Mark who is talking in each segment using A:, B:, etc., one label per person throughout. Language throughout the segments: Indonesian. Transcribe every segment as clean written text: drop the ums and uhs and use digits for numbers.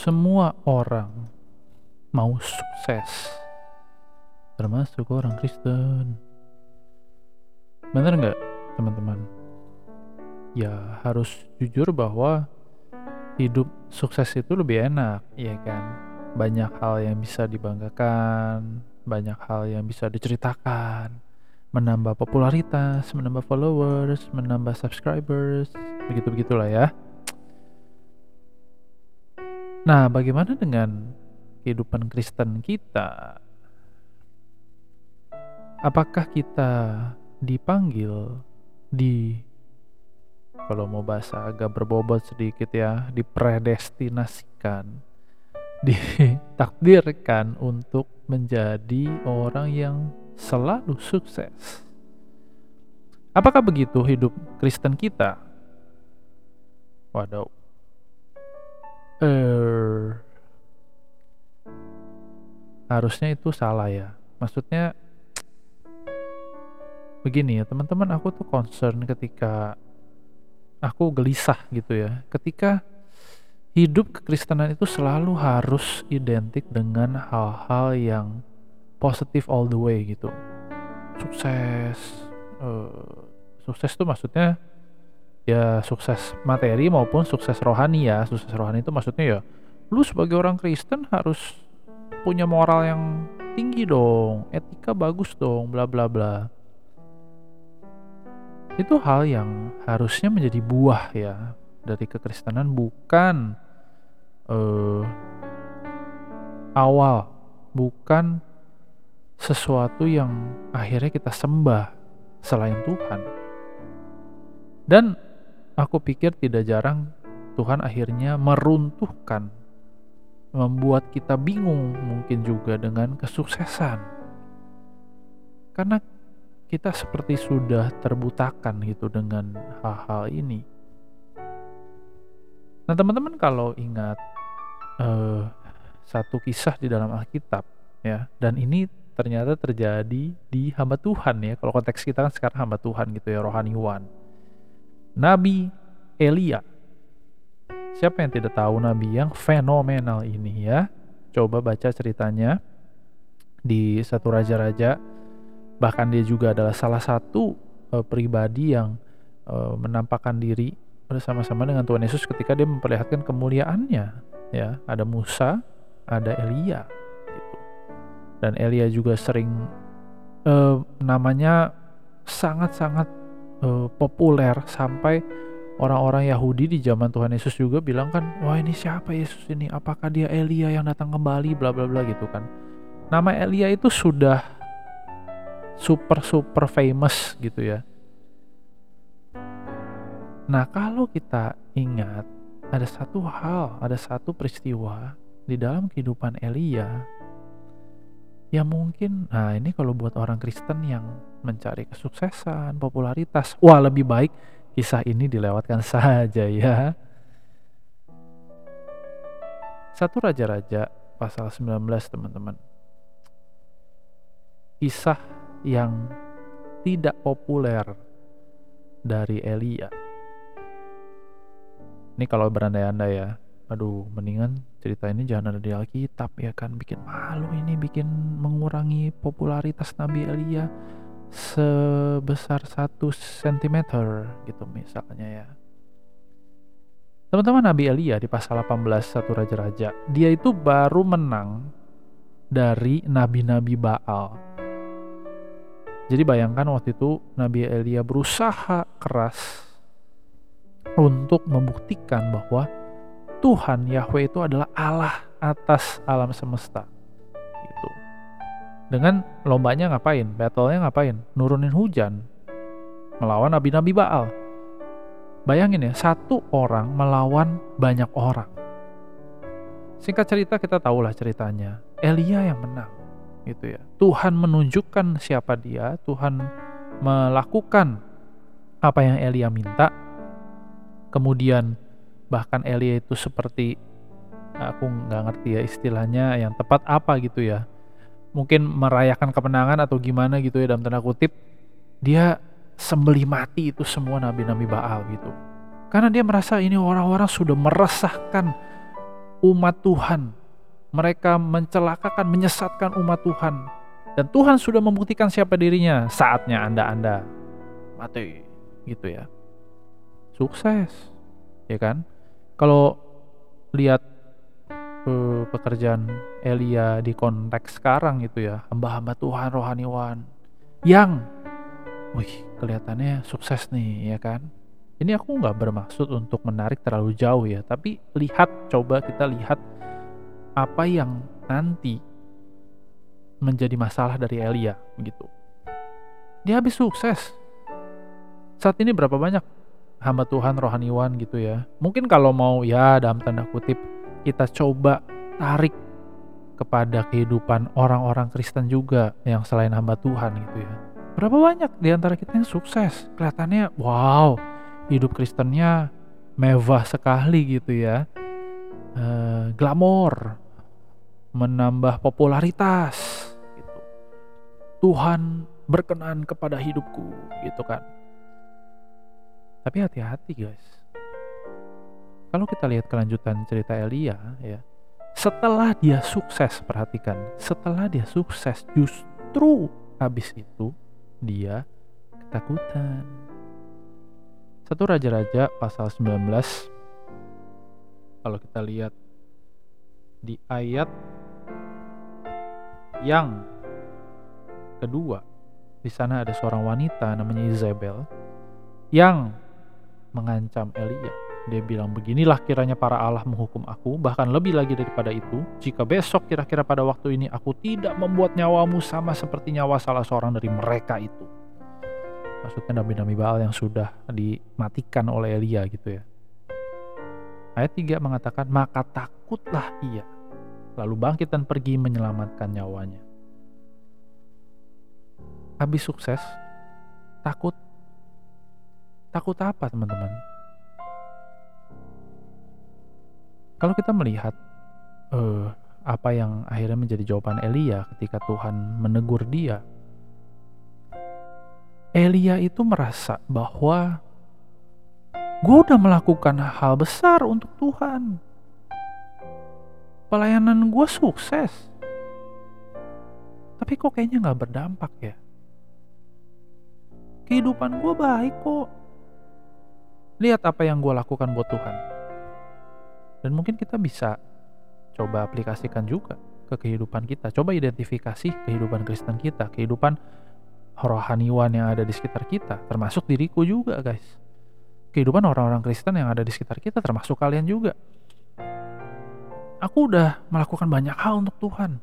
A: semua orang mau sukses, termasuk orang Kristen. Bener nggak, teman-teman? Ya harus jujur bahwa hidup sukses itu lebih enak, ya kan? Banyak hal yang bisa dibanggakan, banyak hal yang bisa diceritakan, menambah popularitas, menambah followers, menambah subscribers, begitu-begitulah ya. Nah, bagaimana dengan kehidupan Kristen kita? Apakah kita dipanggil kalau mau bahasa agak berbobot sedikit ya, dipredestinasikan, ditakdirkan untuk menjadi orang yang selalu sukses? Apakah begitu hidup Kristen kita? Waduh. Harusnya itu salah ya. Maksudnya begini ya, teman-teman, aku tuh concern ketika aku gelisah gitu ya. Ketika hidup kekristenan itu selalu harus identik dengan hal-hal yang positif all the way gitu. Sukses, sukses tuh maksudnya ya sukses materi maupun sukses rohani ya. Sukses rohani itu maksudnya ya lu sebagai orang Kristen harus punya moral yang tinggi dong, etika bagus dong, bla bla bla. Itu hal yang harusnya menjadi buah ya dari kekristenan, bukan awal, bukan sesuatu yang akhirnya kita sembah selain Tuhan. Dan aku pikir tidak jarang Tuhan akhirnya meruntuhkan, membuat kita bingung mungkin juga dengan kesuksesan. Karena kita seperti sudah terbutakan gitu dengan hal-hal ini. Nah, teman-teman kalau ingat satu kisah di dalam Alkitab ya, dan ini ternyata terjadi di hamba Tuhan ya. Kalau konteks kita kan sekarang hamba Tuhan gitu ya, rohaniwan. Nabi Elia. Siapa yang tidak tahu nabi yang fenomenal ini ya? Coba baca ceritanya di 1 Raja-Raja. Bahkan dia juga adalah salah satu pribadi yang menampakkan diri bersama-sama dengan Tuhan Yesus ketika dia memperlihatkan kemuliaannya ya. Ada Musa, ada Elia gitu. Dan Elia juga sering namanya sangat-sangat populer sampai orang-orang Yahudi di zaman Tuhan Yesus juga bilang kan, wah ini siapa Yesus ini? Apakah dia Elia yang datang kembali? Bla bla bla gitu kan. Nama Elia itu sudah super famous gitu ya. Nah, kalau kita ingat ada satu hal, ada satu peristiwa di dalam kehidupan Elia ya mungkin, nah ini kalau buat orang Kristen yang mencari kesuksesan, popularitas, wah lebih baik kisah ini dilewatkan saja ya. 1 Raja-Raja pasal 19 teman-teman. Kisah yang tidak populer dari Elia. Ini kalau berandai-andai ya. Aduh, mendingan cerita ini jangan ada di Alkitab ya kan, bikin malu ini, bikin mengurangi popularitas Nabi Elia sebesar 1 cm gitu misalnya ya. Teman-teman, Nabi Elia di pasal 18 1 Raja-Raja, dia itu baru menang dari nabi-nabi Baal. Jadi bayangkan waktu itu Nabi Elia berusaha keras untuk membuktikan bahwa Tuhan Yahweh itu adalah Allah atas alam semesta gitu. Dengan lombanya ngapain? Battle-nya ngapain? Nurunin hujan melawan nabi-nabi Baal. Bayangin ya, satu orang melawan banyak orang. Singkat cerita kita tahulah ceritanya. Elia yang menang gitu ya. Tuhan menunjukkan siapa dia, Tuhan melakukan apa yang Elia minta. Kemudian bahkan Elia itu seperti, aku nggak ngerti ya istilahnya yang tepat apa gitu ya, mungkin merayakan kemenangan atau gimana gitu ya dalam tanda kutip, dia sembelih mati itu semua nabi-nabi Baal gitu, karena dia merasa ini orang-orang sudah meresahkan umat Tuhan. Mereka mencelakakan, menyesatkan umat Tuhan. Dan Tuhan sudah membuktikan siapa dirinya. Saatnya Anda mati, gitu ya. Sukses, ya kan? Kalau lihat pekerjaan Elia di konteks sekarang gitu ya, hamba-hamba Tuhan rohaniwan yang kelihatannya sukses nih, ya kan? Ini aku nggak bermaksud untuk menarik terlalu jauh ya, tapi coba kita lihat apa yang nanti menjadi masalah dari Elia gitu. Dia habis sukses. Saat ini berapa banyak hamba Tuhan rohaniwan gitu ya. Mungkin kalau mau ya dalam tanda kutip kita coba tarik kepada kehidupan orang-orang Kristen juga yang selain hamba Tuhan gitu ya. Berapa banyak di antara kita yang sukses? Kelihatannya wow, hidup Kristennya mewah sekali gitu ya. Glamor, menambah popularitas gitu. Tuhan berkenan kepada hidupku gitu kan. Tapi hati-hati guys. Kalau kita lihat kelanjutan cerita Elia ya, setelah dia sukses, perhatikan, setelah dia sukses justru habis itu dia ketakutan. 1 Raja-Raja pasal 19, kalau kita lihat di ayat yang kedua, di sana ada seorang wanita namanya Isabel yang mengancam Elia. Dia bilang, beginilah kiranya para Allah menghukum aku, bahkan lebih lagi daripada itu, jika besok kira-kira pada waktu ini aku tidak membuat nyawamu sama seperti nyawa salah seorang dari mereka itu. Maksudnya nabi-nabi Baal yang sudah dimatikan oleh Elia gitu ya. Ayat 3 mengatakan, maka takutlah ia, lalu bangkit dan pergi menyelamatkan nyawanya. Habis sukses, takut. Takut apa teman-teman? Kalau kita melihat apa yang akhirnya menjadi jawaban Elia ketika Tuhan menegur dia, Elia itu merasa bahwa gue udah melakukan hal besar untuk Tuhan. Pelayanan gue sukses. Tapi kok kayaknya gak berdampak ya? Kehidupan gue baik kok. Lihat apa yang gue lakukan buat Tuhan. Dan mungkin kita bisa coba aplikasikan juga ke kehidupan kita. Coba identifikasi kehidupan Kristen kita, kehidupan rohaniwan yang ada di sekitar kita, termasuk diriku juga guys. Kehidupan orang-orang Kristen yang ada di sekitar kita, termasuk kalian juga. Aku udah melakukan banyak hal untuk Tuhan.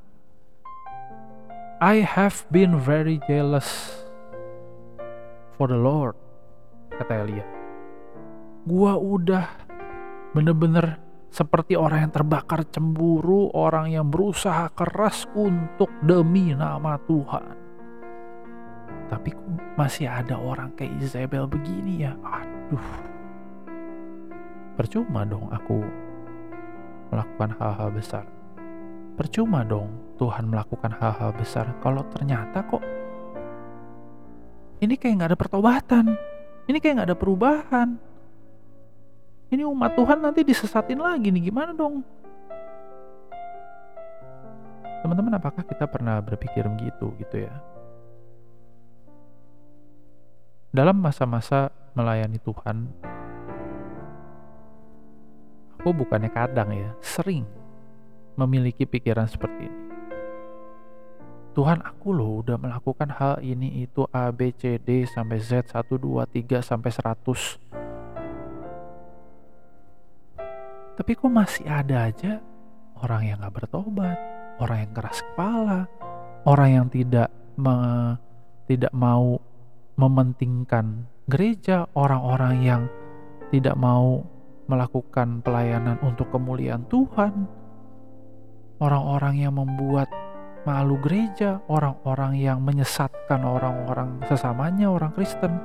A: I have been very jealous for the Lord, kata Elia. Gua udah bener-bener seperti orang yang terbakar cemburu, orang yang berusaha keras untuk demi nama Tuhan. Tapi kok masih ada orang kayak Isabel begini ya? Aduh. Percuma dong aku melakukan hal-hal besar. Percuma dong Tuhan melakukan hal-hal besar kalau ternyata kok ini kayak gak ada pertobatan. Ini kayak gak ada perubahan. Ini umat Tuhan nanti disesatin lagi nih, gimana dong? Teman-teman, apakah kita pernah berpikir begitu gitu ya? Dalam masa-masa melayani Tuhan, aku bukannya kadang ya, sering memiliki pikiran seperti ini. Tuhan, aku loh udah melakukan hal ini itu A, B, C, D sampai Z 1, 2, 3 sampai 100. Tapi kok masih ada aja orang yang gak bertobat, orang yang keras kepala, orang yang tidak mau mementingkan gereja, orang-orang yang tidak mau melakukan pelayanan untuk kemuliaan Tuhan, orang-orang yang membuat malu gereja, orang-orang yang menyesatkan orang-orang sesamanya, orang Kristen.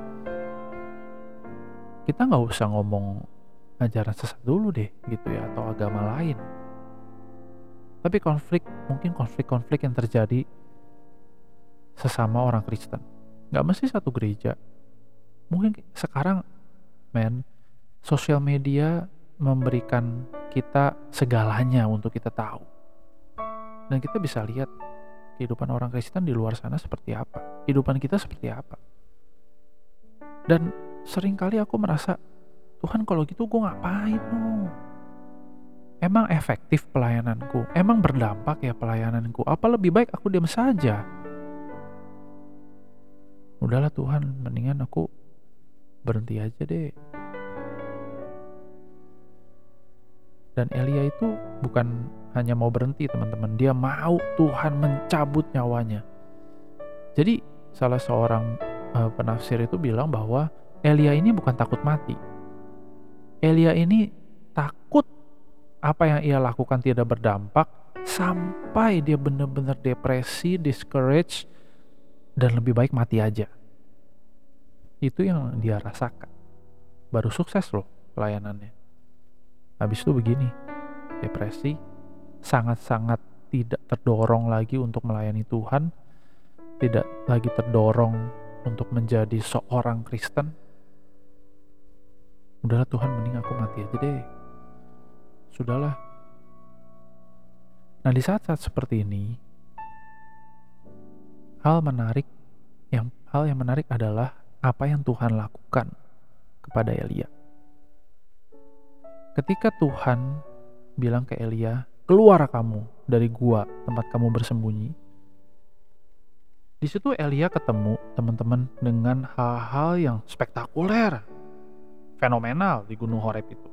A: Kita gak usah ngomong ajaran sesat dulu deh gitu ya, atau agama lain. Tapi mungkin konflik yang terjadi sesama orang Kristen. Gak mesti satu gereja. Mungkin sekarang sosial media memberikan kita segalanya untuk kita tahu. Dan kita bisa lihat kehidupan orang Kristen di luar sana seperti apa, kehidupan kita seperti apa. Dan seringkali aku merasa, Tuhan kalau gitu gue ngapain dong? Emang efektif pelayananku? Emang berdampak ya pelayananku? Apa lebih baik aku diam saja? Udahlah Tuhan, mendingan aku berhenti aja deh. Dan Elia itu bukan hanya mau berhenti teman-teman, dia mau Tuhan mencabut nyawanya. Jadi salah seorang penafsir itu bilang bahwa Elia ini bukan takut mati. Elia ini takut apa yang ia lakukan tidak berdampak sampai dia benar-benar depresi, discourage, dan lebih baik mati aja. Itu yang dia rasakan. Baru sukses loh pelayanannya. Habis itu begini, depresi, sangat-sangat tidak terdorong lagi untuk melayani Tuhan, tidak lagi terdorong untuk menjadi seorang Kristen. Udahlah Tuhan, mending aku mati aja deh. Sudahlah. Nah di saat-saat seperti ini, hal yang menarik adalah apa yang Tuhan lakukan kepada Elia. Ketika Tuhan bilang ke Elia, keluar kamu dari gua tempat kamu bersembunyi. Di situ Elia ketemu teman-teman dengan hal-hal yang spektakuler, fenomenal di Gunung Horeb itu.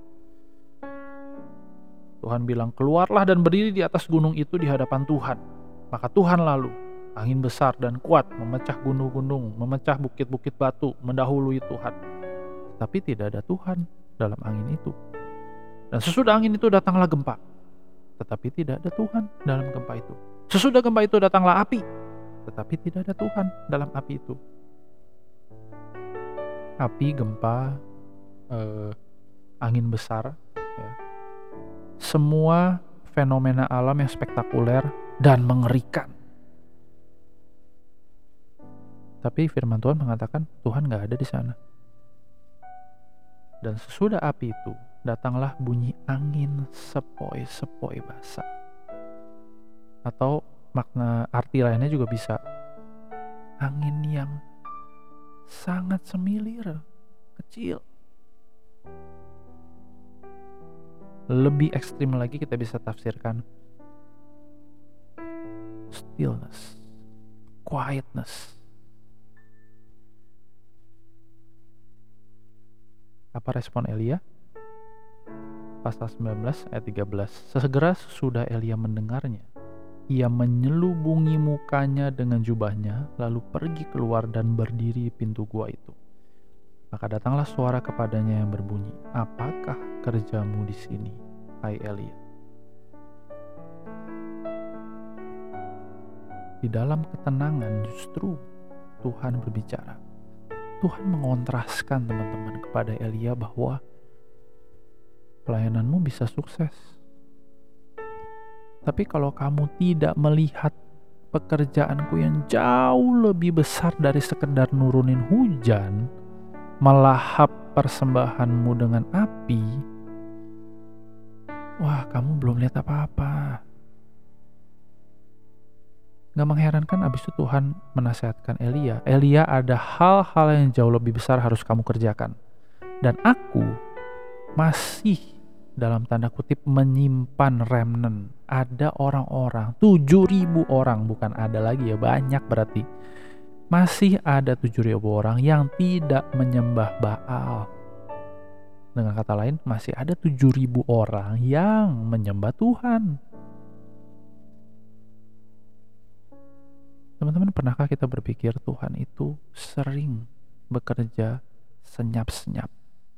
A: Tuhan bilang, keluarlah dan berdiri di atas gunung itu di hadapan Tuhan. Maka Tuhan lalu, angin besar dan kuat memecah gunung-gunung, memecah bukit-bukit batu, mendahului Tuhan. Tapi tidak ada Tuhan dalam angin itu. Dan sesudah angin itu datanglah gempa. Tetapi tidak ada Tuhan dalam gempa itu. Sesudah gempa itu datanglah api. Tetapi tidak ada Tuhan dalam api itu. Api, gempa, angin besar, ya. Semua fenomena alam yang spektakuler dan mengerikan. Tapi firman Tuhan mengatakan Tuhan gak ada di sana. Dan sesudah api itu datanglah bunyi angin sepoi-sepoi basah. Atau makna arti lainnya juga bisa angin yang sangat semilir, kecil. Lebih ekstrim lagi kita bisa tafsirkan stillness, quietness. Apa respon Elia? Pasal 19 ayat 13. Segera sesudah Elia mendengarnya, ia menyelubungi mukanya dengan jubahnya, lalu pergi keluar dan berdiri di pintu gua itu. Maka datanglah suara kepadanya yang berbunyi, apakah kerjamu di sini, hai Elia? Di dalam ketenangan justru Tuhan berbicara. Tuhan mengontraskan teman-teman kepada Elia bahwa pelayananmu bisa sukses. Tapi kalau kamu tidak melihat pekerjaanku yang jauh lebih besar dari sekedar nurunin hujan, melahap persembahanmu dengan api, wah kamu belum lihat apa-apa. Gak mengherankan abis itu Tuhan menasihatkan Elia, Elia ada hal-hal yang jauh lebih besar harus kamu kerjakan. Dan aku masih dalam tanda kutip menyimpan remnant. Ada orang-orang 7.000 orang, bukan ada lagi ya, banyak berarti. Masih ada 7.000 orang yang tidak menyembah Baal. Dengan kata lain, masih ada 7.000 orang yang menyembah Tuhan. Teman-teman, pernahkah kita berpikir Tuhan itu sering bekerja senyap-senyap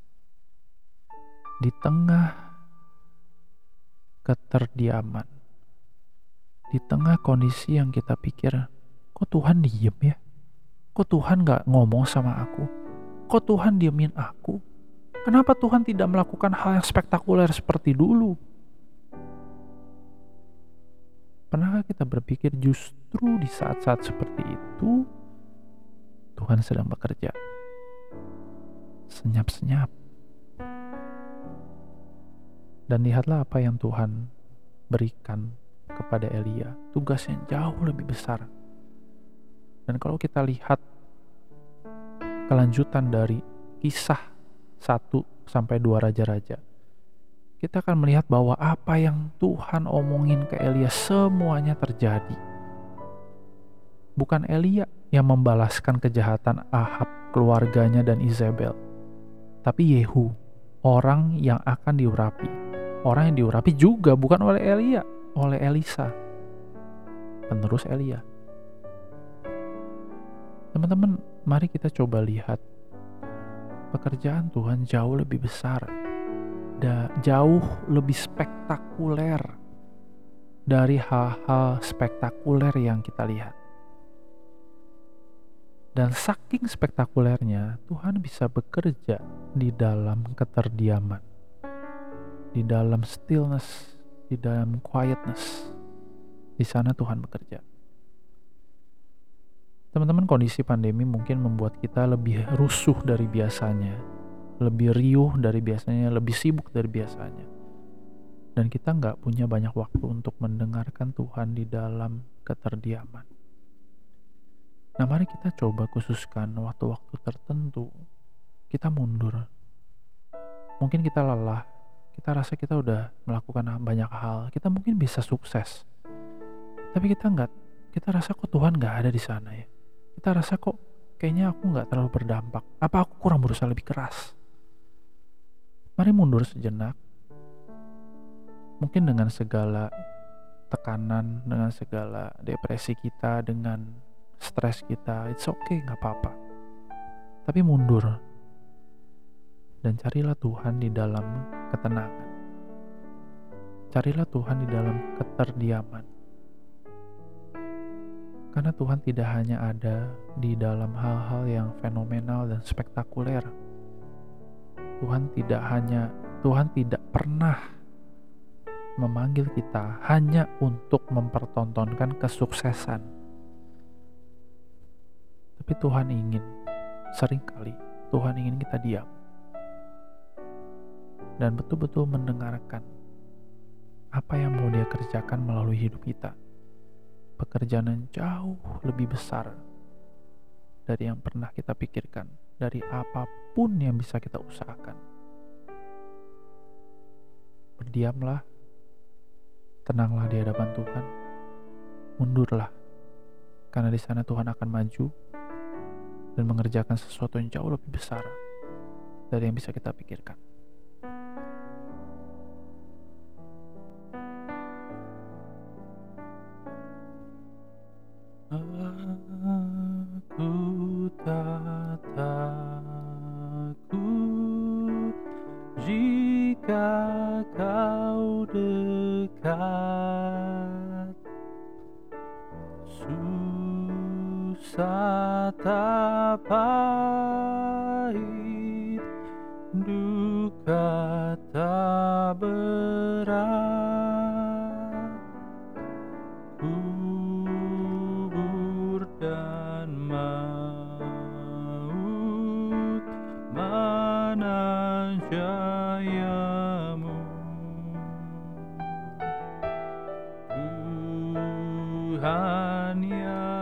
A: di tengah keterdiaman, di tengah kondisi yang kita pikir, kok Tuhan diem ya? Kok Tuhan gak ngomong sama aku? Kok Tuhan diemin aku? Kenapa Tuhan tidak melakukan hal yang spektakuler seperti dulu? Pernahkah kita berpikir justru di saat-saat seperti itu Tuhan sedang bekerja senyap-senyap? Dan lihatlah apa yang Tuhan berikan kepada Elia, tugas yang jauh lebih besar. Dan kalau kita lihat kelanjutan dari kisah 1-2 raja-raja, kita akan melihat bahwa apa yang Tuhan omongin ke Elia semuanya terjadi. Bukan Elia yang membalaskan kejahatan Ahab, keluarganya, dan Izebel, tapi Yehu, orang yang akan diurapi. Orang yang diurapi juga bukan oleh Elia, oleh Elisa, penerus Elia. Teman-teman, mari kita coba lihat pekerjaan Tuhan jauh lebih besar, jauh lebih spektakuler dari hal-hal spektakuler yang kita lihat. Dan saking spektakulernya, Tuhan bisa bekerja di dalam keterdiaman, di dalam stillness, di dalam quietness. Di sana Tuhan bekerja. Teman-teman, kondisi pandemi mungkin membuat kita lebih rusuh dari biasanya, lebih riuh dari biasanya, lebih sibuk dari biasanya. Dan kita nggak punya banyak waktu untuk mendengarkan Tuhan di dalam keterdiaman. Nah, mari kita coba khususkan waktu-waktu tertentu, kita mundur. Mungkin kita lelah, kita rasa kita udah melakukan banyak hal, kita mungkin bisa sukses. Tapi kita rasa kok Tuhan nggak ada di sana ya. Kita rasa kok kayaknya aku nggak terlalu berdampak. Apa aku kurang berusaha lebih keras? Mari mundur sejenak. Mungkin dengan segala tekanan, dengan segala depresi kita, dengan stres kita, it's okay, gak apa-apa. Tapi mundur dan carilah Tuhan di dalam ketenangan. Carilah Tuhan di dalam keterdiaman. Karena Tuhan tidak hanya ada di dalam hal-hal yang fenomenal dan spektakuler. Tuhan tidak pernah memanggil kita hanya untuk mempertontonkan kesuksesan. Tapi seringkali Tuhan ingin kita diam dan betul-betul mendengarkan apa yang mau Dia kerjakan melalui hidup kita. Pekerjaan yang jauh lebih besar dari yang pernah kita pikirkan, dari apapun yang bisa kita usahakan. Berdiamlah, tenanglah di hadapan Tuhan, mundurlah, karena di sana Tuhan akan maju dan mengerjakan sesuatu yang jauh lebih besar dari yang bisa kita pikirkan. Aku tak takut jika Kau dekat, susah tak pahit, duka tak berat, kubur dan maut, mana jayamu? Tuhan yang